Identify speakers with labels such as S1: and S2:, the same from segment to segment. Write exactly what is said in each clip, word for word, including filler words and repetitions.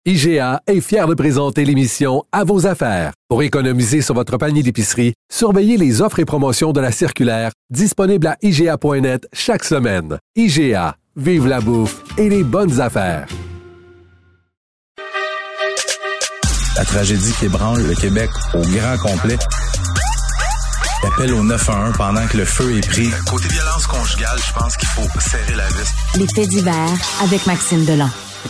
S1: I G A est fier de présenter l'émission À vos affaires. Pour économiser sur votre panier d'épicerie, surveillez les offres et promotions de la circulaire disponible à I G A point net chaque semaine. I G A, vive la bouffe et les bonnes affaires.
S2: La tragédie qui ébranle le Québec au grand complet. L'appel au neuf un un pendant que le feu est pris. Côté violence conjugale, je pense qu'il faut serrer la vis.
S3: Les faits divers avec Maxime Delan.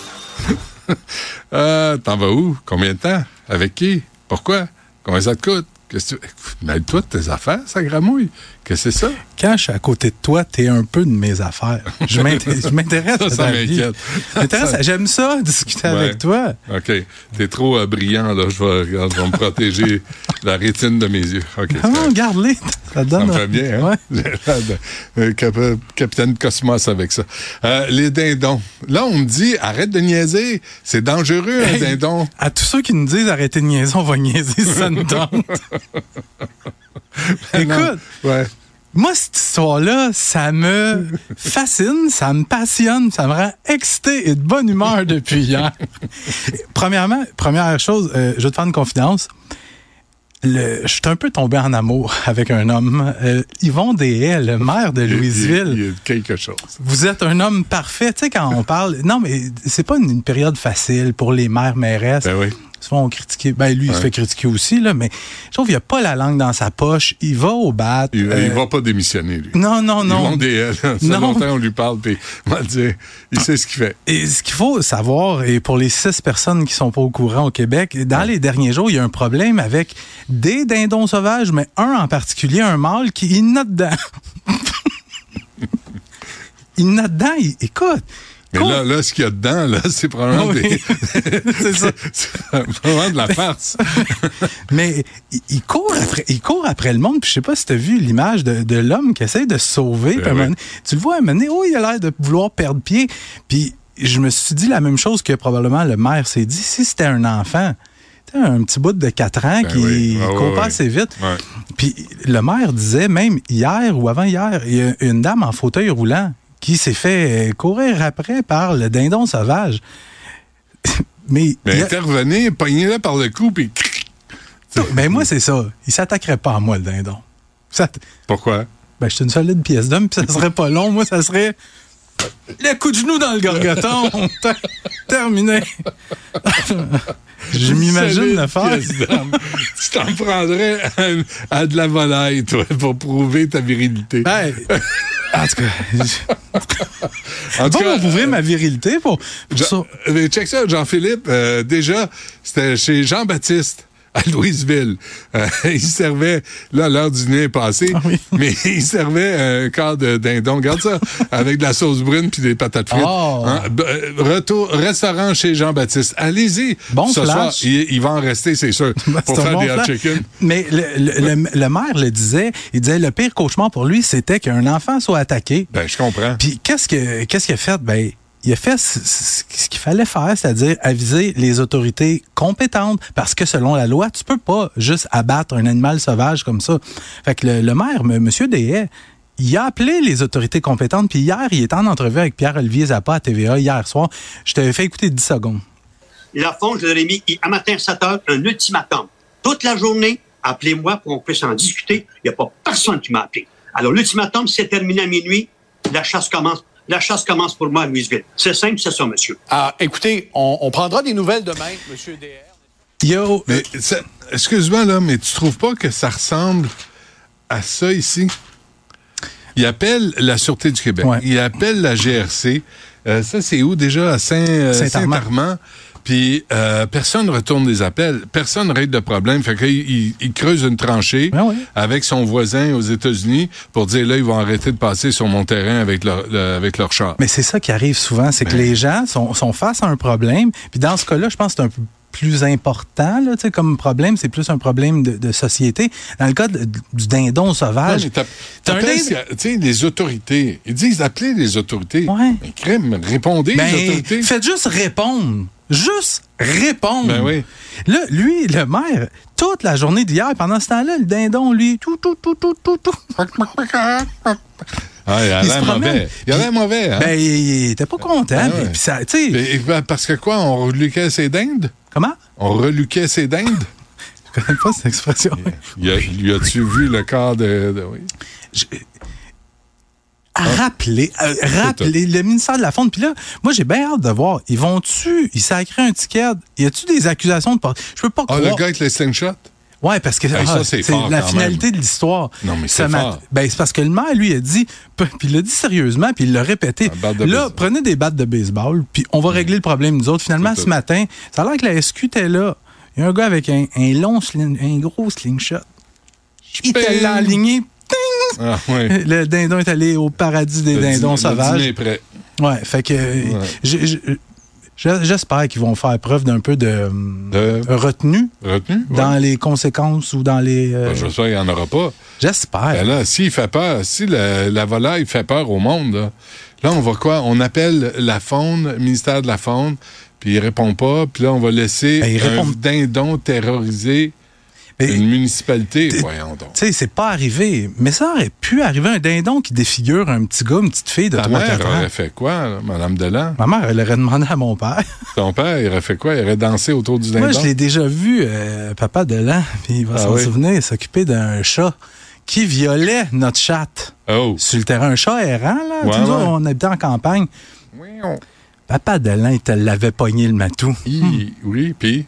S4: euh, t'en vas où? Combien de temps? Avec qui? Pourquoi? Combien ça te coûte? Qu'est-ce que tu... Mêle-toi de tes affaires, ça gramouille. Qu'est-ce que c'est ça?
S5: Quand je suis à côté de toi, t'es un peu de mes affaires. Je m'intéresse, je m'intéresse
S4: ça,
S5: à
S4: ça
S5: ta
S4: m'inquiète.
S5: vie. m'intéresse à... J'aime ça, discuter ouais. avec toi.
S4: OK. T'es trop euh, brillant, là. Je vais, regarde, je vais me protéger la rétine de mes yeux. OK.
S5: Ah, regarde-les. Ça, donne...
S4: ça me fait bien, hein? Ouais. Cap- Capitaine Cosmos avec ça. Euh, les dindons. Là, on me dit, arrête de niaiser. C'est dangereux, hey, un dindon.
S5: À tous ceux qui nous disent, arrêtez de niaiser, on va niaiser si ça nous tente. Écoute,
S4: ouais.
S5: moi, cette histoire-là, ça me fascine, ça me passionne, ça me rend excité et de bonne humeur depuis hier. Premièrement, première chose, euh, je vais te faire une confidence. Le, je suis un peu tombé en amour avec un homme, euh, Yvon Deshaies, le maire de Louisville.
S4: Il y a quelque chose.
S5: Vous êtes un homme parfait. Tu sais, quand on parle... Non, mais c'est pas une, une période facile pour les maires mairesses.
S4: Ben oui.
S5: Souvent, on critique. Ben, lui, ouais. il se fait critiquer aussi, là, mais je trouve qu'il n'a pas la langue dans sa poche. Il va au bat.
S4: Il,
S5: euh...
S4: il va pas démissionner, lui.
S5: Non, non, non.
S4: Yvon Deshaies, ça fait longtemps on lui parle, puis on va le dire, il sait ce qu'il fait.
S5: Et ce qu'il faut savoir, et pour les six personnes qui sont pas au courant au Québec, dans ouais. les derniers jours, il y a un problème avec des dindons sauvages, mais un en particulier, un mâle, qui il n'a dedans. il n'a dedans, il, écoute.
S4: Mais cool. là, là, ce qu'il y a dedans, là, c'est probablement, oui. des...
S5: c'est ça.
S4: c'est probablement de la farce.
S5: Mais il, il, court après, il court après le monde. Puis je sais pas si tu as vu l'image de, de l'homme qui essaie de se sauver. Puis oui. Tu le vois à un moment donné, oh, il a l'air de vouloir perdre pied. Puis je me suis dit la même chose que probablement le maire s'est dit. Si c'était un enfant, un petit bout de quatre ans ben qui oui. ah, court oui, pas oui. assez vite.
S4: Ouais.
S5: Puis le maire disait, même hier ou avant-hier, il y a une dame en fauteuil roulant qui s'est fait courir après par le dindon sauvage. Mais,
S4: mais a... intervenez, pognez-le par le cou, puis...
S5: Ben moi, c'est ça. Il s'attaquerait pas à moi, le dindon. Ça...
S4: Pourquoi?
S5: Ben, je suis une solide pièce d'homme, puis ça serait pas long. Moi, ça serait... Le coup de genou dans le gorgoton. Terminé. Je m'imagine le faire.
S4: Tu t'en prendrais à, à de la volaille, toi, pour prouver ta virilité.
S5: Ben... En tout cas,
S4: en tout
S5: bon,
S4: cas,
S5: vous ouvrez ma virilité pour, pour
S4: Jean,
S5: ça.
S4: Check ça, Jean-Philippe. Euh, déjà, c'était chez Jean-Baptiste à Louisville. Euh, il servait, là, l'heure du dîner est passée, ah oui. mais il servait un quart de dindon. Regarde ça, avec de la sauce brune puis des patates frites. Oh. Hein? Retour, restaurant chez Jean-Baptiste. Allez-y.
S5: Bon
S4: ce
S5: flash.
S4: soir, il, il va en rester, c'est sûr, ben, pour faire bon des hot chicken.
S5: Mais le, le, le, le maire le disait, il disait, le pire cauchemar pour lui, c'était qu'un enfant soit attaqué.
S4: Ben, je comprends.
S5: Puis qu'est-ce que, qu'est-ce qu'il a fait? Ben, il a fait ce qu'il fallait faire, c'est-à-dire aviser les autorités compétentes, parce que selon la loi, tu peux pas juste abattre un animal sauvage comme ça. Fait que le, le maire, M. Deshaies, il a appelé les autorités compétentes, puis hier, il était en entrevue avec Pierre-Olivier Zappa à T V A hier soir. Je t'avais fait écouter dix secondes.
S6: La fond, je leur ai mis à matin sept heures un ultimatum. Toute la journée, appelez-moi pour qu'on puisse en discuter. Il n'y a pas personne qui m'a appelé. Alors, l'ultimatum, c'est terminé à minuit. La chasse commence. La chasse commence pour moi à Louisville. C'est simple, c'est ça, monsieur.
S7: Ah, écoutez, on, on prendra des nouvelles demain, monsieur Deshaies.
S5: Yo,
S4: mais ça, excuse-moi, là, mais tu trouves pas que ça ressemble à ça ici? Il appelle la Sûreté du Québec. Ouais. Il appelle la G R C. Euh, ça, c'est où déjà? À Saint, euh,
S5: Saint-Armand.
S4: Saint-Armand. Puis euh, personne ne retourne des appels. Personne ne règle de problème. Fait qu'il il, il creuse une tranchée
S5: ben oui.
S4: avec son voisin aux États-Unis pour dire, là, ils vont arrêter de passer sur mon terrain avec leur, le, avec leur char.
S5: Mais c'est ça qui arrive souvent, c'est ben... que les gens sont, sont face à un problème. Puis dans ce cas-là, je pense que c'est un peu plus important là, comme problème, c'est plus un problème de, de société. Dans le cas de, du dindon sauvage...
S4: Non, t'as, t'as tu sais, les autorités, ils disent appelez les autorités.
S5: Ouais.
S4: Mais crème, répondez
S5: ben,
S4: les autorités.
S5: Faites juste répondre. Juste répondre.
S4: Ben oui.
S5: Là, lui, le maire, toute la journée d'hier, pendant ce temps-là, le dindon, lui, tout, tout, tout, tout, tout, tout.
S4: Ah, il a l'air mauvais. Il a l'air mauvais, hein?
S5: Ben, il, il était pas content. Ah, ouais. Puis ça, tu sais.
S4: Parce que quoi, on reluquait ses dindes?
S5: Comment?
S4: On reluquait ses dindes?
S5: Je connais pas cette expression.
S4: Il a, lui as-tu vu le corps de... de oui.
S5: Je, à ah. rappeler, euh, rappeler le ministère de la Faune. Puis là, moi, j'ai bien hâte de voir. Ils vont-tu, ils sacrent un ticket? Y a-tu des accusations de... Je peux pas
S4: ah,
S5: croire.
S4: Ah, le gars avec les slingshots?
S5: Oui, parce que
S4: hey,
S5: ah,
S4: ça, c'est,
S5: c'est
S4: fort
S5: la
S4: quand
S5: finalité
S4: même.
S5: de l'histoire.
S4: Non, mais c'est fort.
S5: Ben, c'est parce que le maire, lui, a dit, puis il l'a dit sérieusement, puis il l'a répété. Là, baseball. Prenez des battes de baseball, puis on va mmh. régler le problème, nous autres. Finalement, ce matin, ça a l'air que la S Q était là. Il y a un gars avec un, un long, sling, un gros slingshot. Il était là aligné.
S4: Ah, ouais.
S5: Le dindon est allé au paradis des le dindons dîner, sauvages. Le dîner est prêt. Ouais, fait que ouais. je, je, j'espère qu'ils vont faire preuve d'un peu de, de... retenue,
S4: retenue
S5: dans
S4: ouais.
S5: les conséquences ou dans les... Euh...
S4: Ben, je sais, il n'y en aura pas.
S5: J'espère.
S4: Ben là, s'il fait peur, si la, la volaille fait peur au monde, là, là, on va quoi? On appelle la faune, le ministère de la Faune, puis il répond pas, puis là, on va laisser ben, un répond... dindon terroriser une municipalité. Voyons donc.
S5: Tu sais, c'est pas arrivé, mais ça aurait pu arriver un dindon qui défigure un petit gars, une petite fille de trois quatre ans.
S4: Ta mère aurait fait quoi, là, Mme Delan?
S5: Ma mère, elle aurait demandé à mon père.
S4: Ton père, il aurait fait quoi? Il aurait dansé autour du dindon?
S5: Moi, je l'ai déjà vu, euh, papa Delan, puis il va ah, s'en oui? souvenir, s'occuper d'un chat qui violait notre chatte.
S4: Oh.
S5: Sur le terrain, un chat errant, là.
S4: Ouais,
S5: tu sais,
S4: ouais.
S5: on habitait en campagne.
S4: Oui, on...
S5: Papa Delan, il te l'avait pogné le matou.
S4: Il... Hmm. Oui, puis...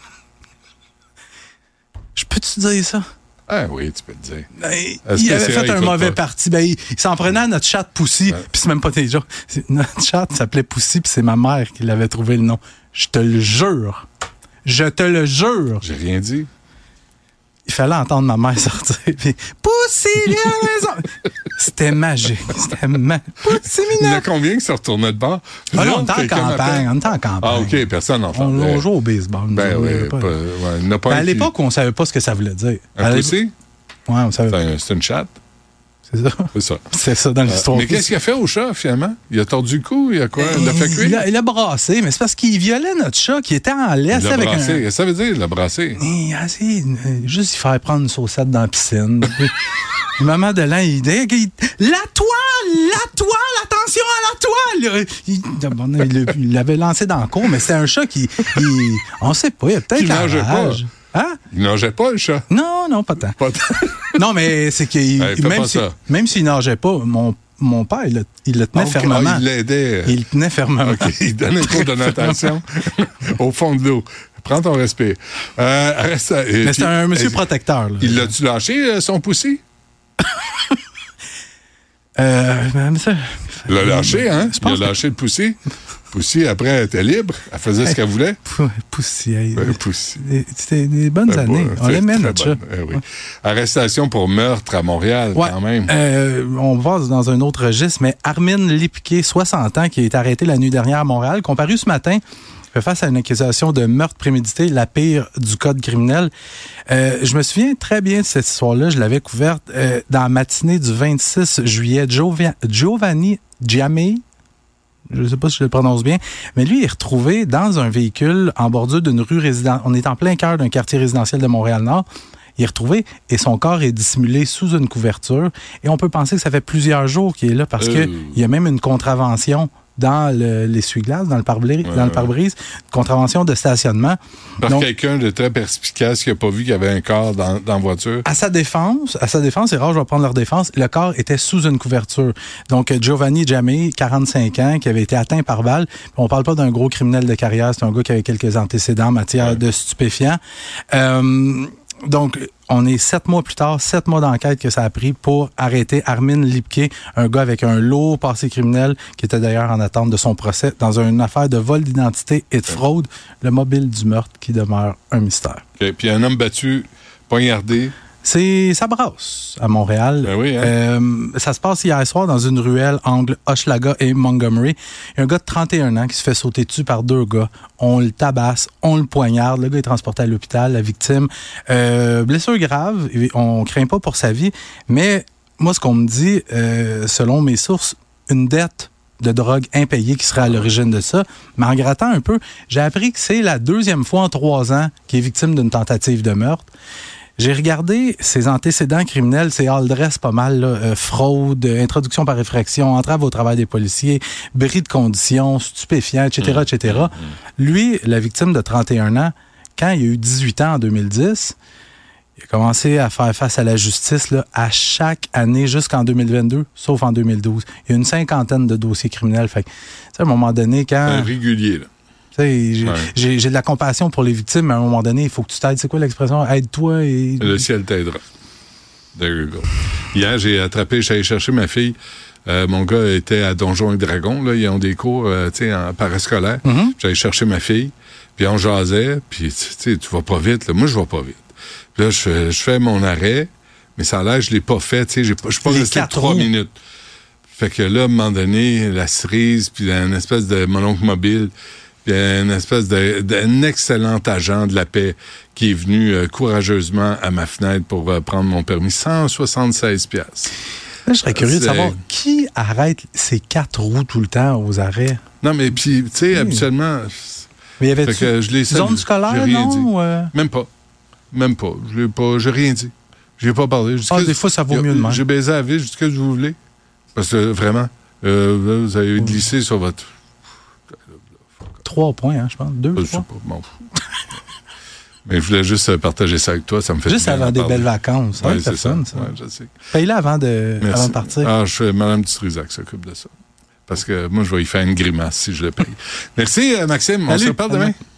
S5: Je peux-tu dire ça?
S4: Ah oui, tu peux le dire.
S5: Ben, il avait fait un mauvais pas? parti. Ben, il, il s'en prenait à notre chatte Poussy. Ouais. Puis c'est même pas des gens. Notre chatte s'appelait Poussy, puis c'est ma mère qui l'avait trouvé le nom. Je te le jure. Je te le jure.
S4: J'ai rien dit.
S5: Il fallait entendre ma mère sortir. Puis Poussy, viens à la maison. C'était magique. C'était magique. Poussy,
S4: il y en a combien qui se retournaient de bord?
S5: Ah non, on était en campagne. On était en campagne.
S4: Ah, OK, personne n'en
S5: parlait. On, on jouait au baseball.
S4: Ben oui. Pas, pas, ouais, pas
S5: ben, à l'époque, on ne savait pas ce que ça voulait dire.
S4: Un poussy?
S5: Oui, on savait
S4: pas. C'est une chatte?
S5: C'est ça.
S4: C'est ça.
S5: C'est ça dans l'histoire.
S4: Euh, mais qu'est-ce qu'il a fait au chat, finalement? Il a tordu le cou? Il a quoi? Il l'a fait cuire?
S5: Il a, il a brassé, mais c'est parce qu'il violait notre chat qui était en laisse avec
S4: brassé.
S5: un...
S4: Ça veut dire, il l'a brassé.
S5: Il a essayé juste y faire prendre une saucette dans la piscine. Le maman de l'an, il dit « La toile! La toile! Attention à la toile! » Il, il l'avait lancé dans le cours, mais c'était un chat qui... Il, on ne sait pas, il a peut-être la rage. Hein?
S4: Il nageait pas, le chat?
S5: Non, non, pas tant.
S4: Pas tant.
S5: Non, mais c'est qu'il...
S4: Hey,
S5: même, si, même s'il nageait pas, mon, mon père, il le, il le tenait
S4: okay,
S5: fermement.
S4: Oh, il l'aidait.
S5: Il le tenait fermement.
S4: OK, il donnait un cours de natation au fond de l'eau. Prends ton respect. Euh, reste,
S5: mais puis, c'est un monsieur euh, protecteur. Là.
S4: Il l'a-tu lâché, son Poussy?
S5: euh, mais ça...
S4: Il l'a lâché, hein? Il a lâché le Poussy. Poussy, après, elle était libre. Elle faisait ce qu'elle voulait.
S5: Poussy. Hey.
S4: Ben, Poussy.
S5: C'était des bonnes ben, années. Bon, on l'aimait, notre chat.
S4: Eh oui. Arrestation pour meurtre à Montréal,
S5: ouais.
S4: quand même.
S5: Euh, on passe dans un autre registre, mais Armin Lipke, soixante ans, qui a été arrêté la nuit dernière à Montréal, comparu ce matin, fait face à une accusation de meurtre prémédité, la pire du code criminel. Euh, je me souviens très bien de cette histoire-là. Je l'avais couverte euh, dans la matinée du vingt-six juillet. Giov- Giovanni Giamei, je ne sais pas si je le prononce bien, mais lui est retrouvé dans un véhicule en bordure d'une rue résidentielle. On est en plein cœur d'un quartier résidentiel de Montréal-Nord. Il est retrouvé et son corps est dissimulé sous une couverture. Et on peut penser que ça fait plusieurs jours qu'il est là parce euh... qu'il y a même une contravention dans le, l'essuie-glace, dans le pare-brise, ouais, dans le pare-brise, contravention de stationnement.
S4: Par
S5: Donc,
S4: quelqu'un de très perspicace qui n'a pas vu qu'il y avait un corps dans, dans la voiture.
S5: À sa défense, à sa défense, c'est rare, je vais prendre leur défense, le corps était sous une couverture. Donc, Giovanni Giamei, quarante-cinq ans, qui avait été atteint par balle. On parle pas d'un gros criminel de carrière, c'est un gars qui avait quelques antécédents en matière ouais. de stupéfiants. Euh, Donc, on est sept mois plus tard, sept mois d'enquête que ça a pris pour arrêter Armin Lipke, un gars avec un lourd passé criminel qui était d'ailleurs en attente de son procès dans une affaire de vol d'identité et de fraude, le mobile du meurtre qui demeure un mystère.
S4: Okay. Puis un homme battu, poignardé.
S5: C'est ça brasse à Montréal.
S4: Ben oui, hein?
S5: euh, ça se passe hier soir dans une ruelle angle Hochelaga et Montgomery. Il y a un gars de trente et un ans qui se fait sauter dessus par deux gars. On le tabasse, on le poignarde. Le gars est transporté à l'hôpital. La victime, euh, blessure grave. On craint pas pour sa vie. Mais moi, ce qu'on me dit, euh, selon mes sources, une dette de drogue impayée qui serait à l'origine de ça. Mais en grattant un peu, j'ai appris que c'est la deuxième fois en trois ans qu'il est victime d'une tentative de meurtre. J'ai regardé ses antécédents criminels, c'est all dress pas mal, là, euh, fraude, euh, introduction par effraction, entrave au travail des policiers, bris de conditions, stupéfiants, et cetera, mmh, et cetera. Mmh. Lui, la victime de trente et un ans, quand il a eu dix-huit ans en deux mille dix, il a commencé à faire face à la justice là, à chaque année jusqu'en deux mille vingt-deux, sauf en deux mille douze. Il y a une cinquantaine de dossiers criminels. Fait que, à un moment donné, quand...
S4: Un régulier, là.
S5: J'ai, ouais. j'ai, j'ai de la compassion pour les victimes, mais à un moment donné, il faut que tu t'aides. C'est quoi l'expression? Aide-toi et...
S4: Le ciel t'aidera. There you go. Hier, j'ai attrapé, j'allais chercher ma fille. Euh, mon gars était à Donjons et Dragons. Là, ils ont des cours euh, en parascolaire. Mm-hmm. J'allais chercher ma fille, puis on jasait, puis tu sais, tu vas pas vite. Là. Moi, je vais pas vite. Puis là, je, je fais mon arrêt, mais ça a l'air, je l'ai pas fait. Je suis pas resté trois minutes. Fait que là, à un moment donné, la cerise, puis une espèce de mononcle mobile, puis une espèce de, d'un excellent agent de la paix qui est venu euh, courageusement à ma fenêtre pour euh, prendre mon permis. cent soixante-seize piastres.
S5: Là, je serais curieux de savoir qui arrête ces quatre roues tout le temps aux arrêts.
S4: Non, mais puis, tu sais, oui. habituellement...
S5: Mais y avait-tu
S4: que je les
S5: zone scolaire,
S4: rien
S5: non?
S4: Dit.
S5: Euh...
S4: Même pas. Même pas. Je l'ai pas, j'ai rien dit. J'ai pas parlé.
S5: Ah, des fois, ça vaut mieux de même.
S4: J'ai baisé la vie jusqu'à ce que vous voulez. Parce que, vraiment, euh, vous avez glissé oui. sur votre...
S5: Trois points, hein, je pense. Deux,
S4: je
S5: trois.
S4: sais pas. Bon. Mais je voulais juste partager ça avec toi. Ça me fait
S5: juste avant des belles vacances.
S4: Oui,
S5: ouais,
S4: c'est ça.
S5: ça.
S4: Ouais, je sais.
S5: Paye-le avant de, avant de partir.
S4: Ah, je fais Mme Dutrisac s'occupe de ça. Parce que moi, je vais y faire une grimace si je le paye. Merci, Maxime. On Salut. se reparle demain.